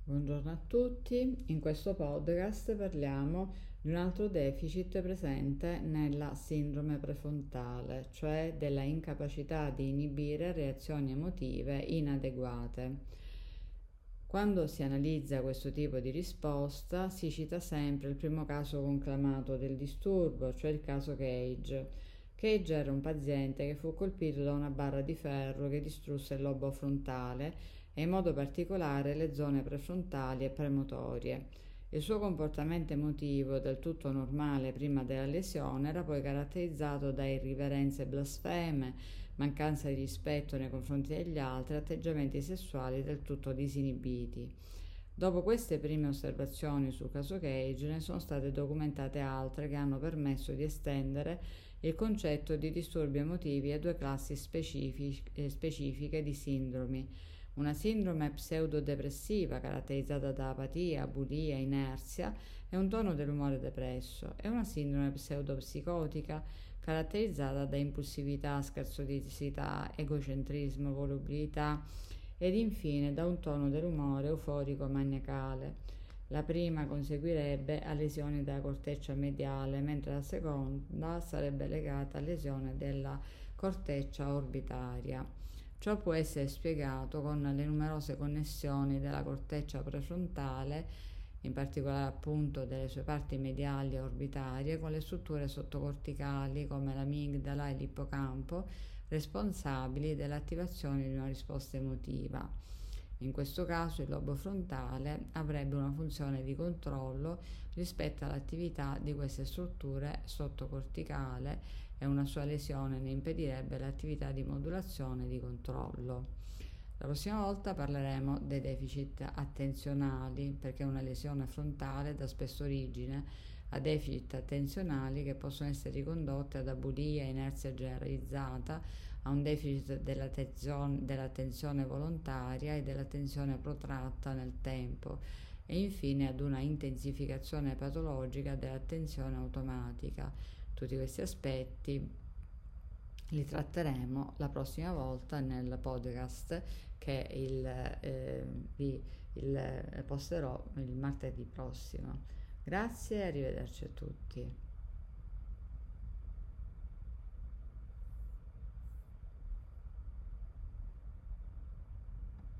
Buongiorno a tutti, in questo podcast parliamo di un altro deficit presente nella sindrome prefrontale, cioè della incapacità di inibire reazioni emotive inadeguate. Quando si analizza questo tipo di risposta si cita sempre il primo caso conclamato del disturbo, cioè il caso Cage. Cage era un paziente che fu colpito da una barra di ferro che distrusse il lobo frontale e in modo particolare le zone prefrontali e premotorie. Il suo comportamento emotivo, del tutto normale prima della lesione, era poi caratterizzato da irriverenze blasfeme, mancanza di rispetto nei confronti degli altri, atteggiamenti sessuali del tutto disinibiti. Dopo queste prime osservazioni sul caso Cage ne sono state documentate altre che hanno permesso di estendere il concetto di disturbi emotivi a due classi specifiche di sindromi: una sindrome pseudodepressiva caratterizzata da apatia, bulia, inerzia e un tono dell'umore depresso, e una sindrome pseudopsicotica caratterizzata da impulsività, scherzosità, egocentrismo, volubilità ed infine da un tono dell'umore euforico maniacale. La prima conseguirebbe a lesioni della corteccia mediale, mentre la seconda sarebbe legata a lesione della corteccia orbitaria. Ciò può essere spiegato con le numerose connessioni della corteccia prefrontale, in particolare appunto delle sue parti mediali e orbitarie, con le strutture sottocorticali come l'amigdala e l'ippocampo, responsabili dell'attivazione di una risposta emotiva. In questo caso il lobo frontale avrebbe una funzione di controllo rispetto all'attività di queste strutture sottocorticale e una sua lesione ne impedirebbe l'attività di modulazione e di controllo. La prossima volta parleremo dei deficit attenzionali, perché una lesione frontale dà spesso origine a deficit attenzionali che possono essere ricondotti ad abulia, inerzia generalizzata, a un deficit dell'attenzione volontaria e dell'attenzione protratta nel tempo, e infine ad una intensificazione patologica dell'attenzione automatica. Tutti questi aspetti li tratteremo la prossima volta nel podcast che vi posterò il martedì prossimo. Grazie e arrivederci a tutti.